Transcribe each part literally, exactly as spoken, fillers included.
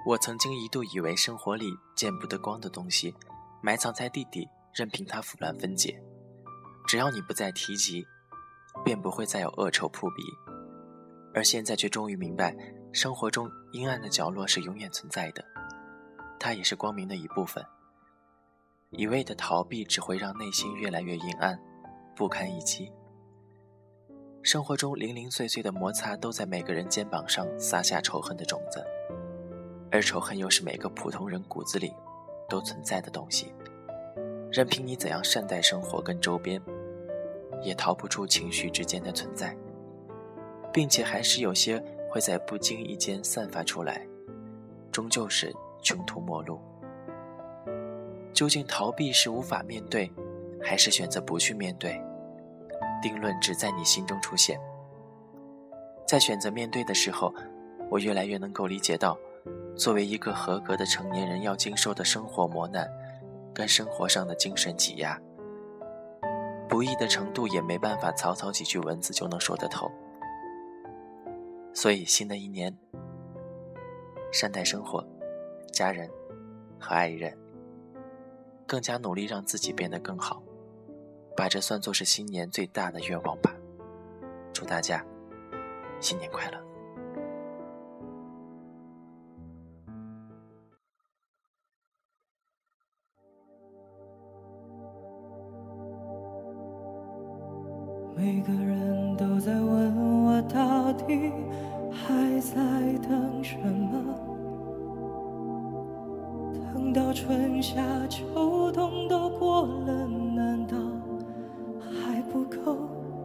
我曾经一度以为生活里见不得光的东西埋藏在地底，任凭它腐烂分解，只要你不再提及，便不会再有恶臭扑鼻。而现在却终于明白，生活中阴暗的角落是永远存在的，它也是光明的一部分。一味的逃避只会让内心越来越阴暗，不堪一击。生活中零零碎碎的摩擦都在每个人肩膀上撒下仇恨的种子，而仇恨又是每个普通人骨子里都存在的东西，任凭你怎样善待生活跟周边，也逃不出情绪之间的存在，并且还是有些会在不经意间散发出来，终究是穷途末路。究竟逃避是无法面对，还是选择不去面对，定论只在你心中出现。在选择面对的时候，我越来越能够理解到，作为一个合格的成年人要经受的生活磨难跟生活上的精神挤压，不易的程度也没办法草草几句文字就能说得透。所以新的一年，善待生活、家人和爱人，更加努力让自己变得更好，把这算作是新年最大的愿望吧。祝大家新年快乐。 每个人都在问我到底还在等什么，等到春夏秋冬都过了，难道还不够？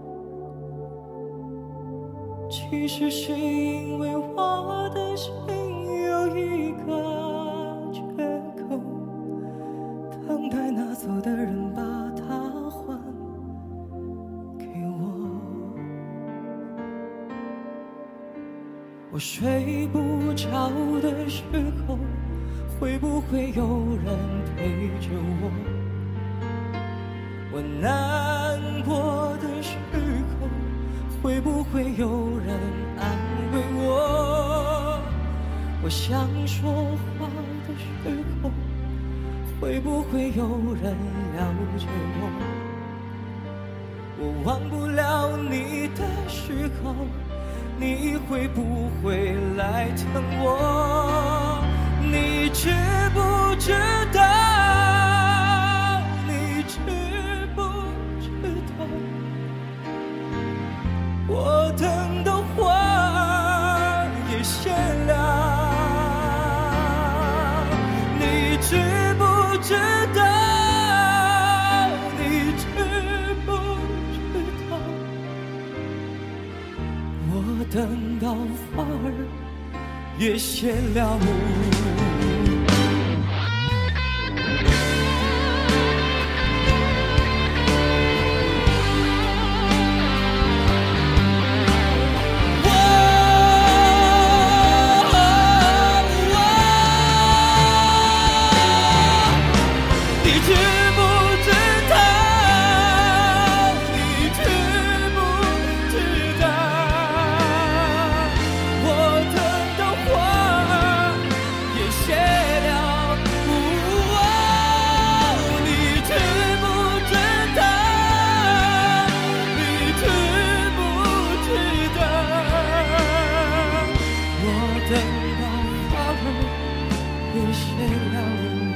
其实是因为我的心有一个缺口，等待拿走的人把它还给我。我睡不着的时候，会不会有人陪着我？我难过的时候，会不会有人安慰我？我想说话的时候，会不会有人了解我？我忘不了你的时候，你会不会来疼我？你知不知道？你知不知道？我等的花也谢了。你知不知道？你知不知道？我等到花儿也谢了。等到花儿也谢了。